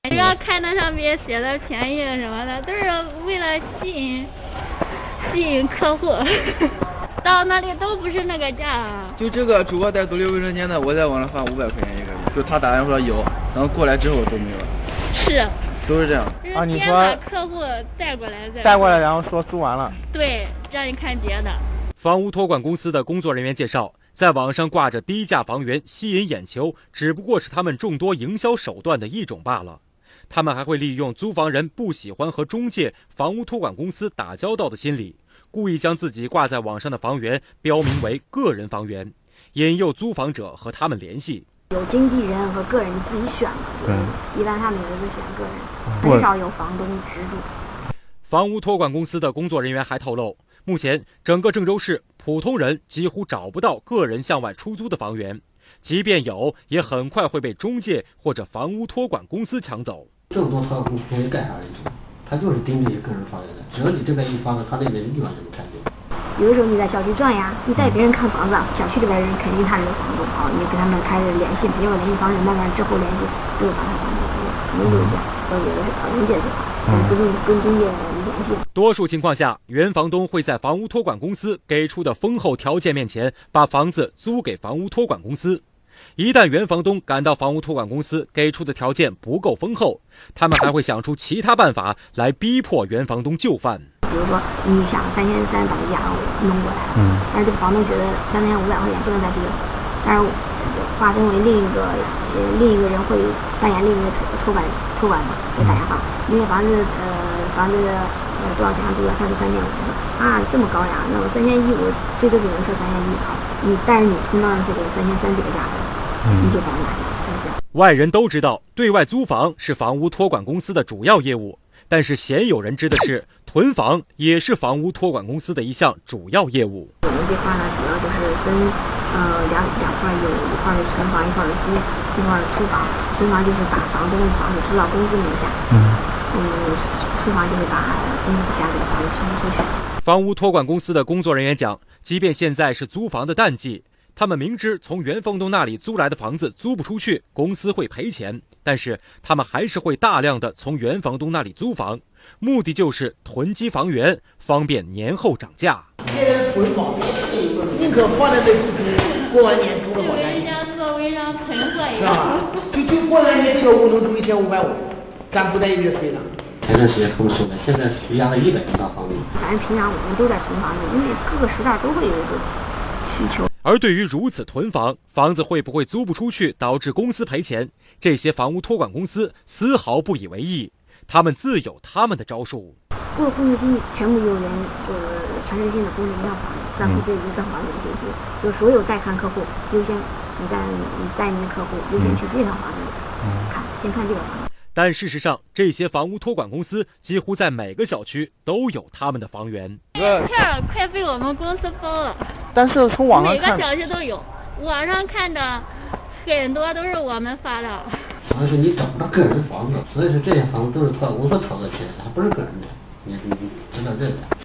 只要看那上面写的便宜什么的，都是为了吸引客户。到那里都不是那个价。 就这个主播带独立卫生间的，我在网上发500块钱一个，就他打电话说有，然后过来之后都没有了。 是。 都是这样。 啊，你说把客户带过来，然后说租完了。 对，让你看别的。 房屋托管公司的工作人员介绍，在网上挂着低价房源吸引眼球，只不过是他们众多营销手段的一种罢了。他们还会利用租房人不喜欢和中介、房屋托管公司打交道的心理，故意将自己挂在网上的房源标明为个人房源，引诱租房者和他们联系。 有经纪人和个人自己选嘛，一般他们也是选个人，很少有房东直住。 房屋托管公司的工作人员还透露，目前整个郑州市普通人几乎找不到个人向外出租的房源，即便有，也很快会被中介或者房屋托管公司抢走。 这么多托管公司干啥的？他就是盯这些个人房源的，只要你这边一发了，他那边立马就能看见。 有的时候你在小区转呀，你带别人看房子，小区里边人肯定他是房东啊，你跟他们开始联系，结果联系方式慢慢之后联系，最后把他房子肯定就是这样，有的是找中介去不用跟中介联系。 多数情况下，原房东会在房屋托管公司给出的丰厚条件面前，把房子租给房屋托管公司。一旦原房东感到房屋托管公司给出的条件不够丰厚，他们还会想出其他办法来逼迫原房东就范。 比如说，你想3300把这家弄过来，但是这个房东觉得3500块钱不能再低了，但是划分为另一个人会扮演另一个托管嘛，给打电话，因为房子多少钱租了？他是3500啊，这么高呀？那我3100，我最多只能说3100好，但是你充当的是这个3300这个价格，你就把它拿下，是不是？ 外人都知道，对外租房是房屋托管公司的主要业务。但是鲜有人知的是，囤房也是房屋托管公司的一项主要业务。 我们这块呢，主要就是分两块，有一块是存房，一块是租，一块是出房。存房就是把房东的房子租到公司名下，出房就是把公司下这个房子出租出去。 房屋托管公司的工作人员讲，即便现在是租房的淡季，他们明知从原房东那里租来的房子租不出去，公司会赔钱，但是他们还是会大量的从原房东那里租房，目的就是囤积房源，方便年后涨价。 别人囤房，宁可放在这过完年租个好点。 人家作为让囤货一样。就过完年这个屋能租1550，咱不带月费了。 前段时间他们说的，现在压了100多套房子。 反正平常我们都在囤房子，因为各个时代都会有一个需求。 而对于如此囤房，房子会不会租不出去，导致公司赔钱？这些房屋托管公司丝毫不以为意，他们自有他们的招数。 过户预期全部有人全身心的公证一套房子，在乎这一个房子的信息，就所有待看客户优先，你带您的客户优先去这套房子看，先看这个房子。 但事实上，这些房屋托管公司几乎在每个小区都有他们的房源。 票快被我们公司包了。 但是从网上看， 每个小区都有，网上看的很多都是我们发的。 所以说你找不到个人房子，所以说这些房子都是托管公司炒的钱，还不是个人的，你知道这个。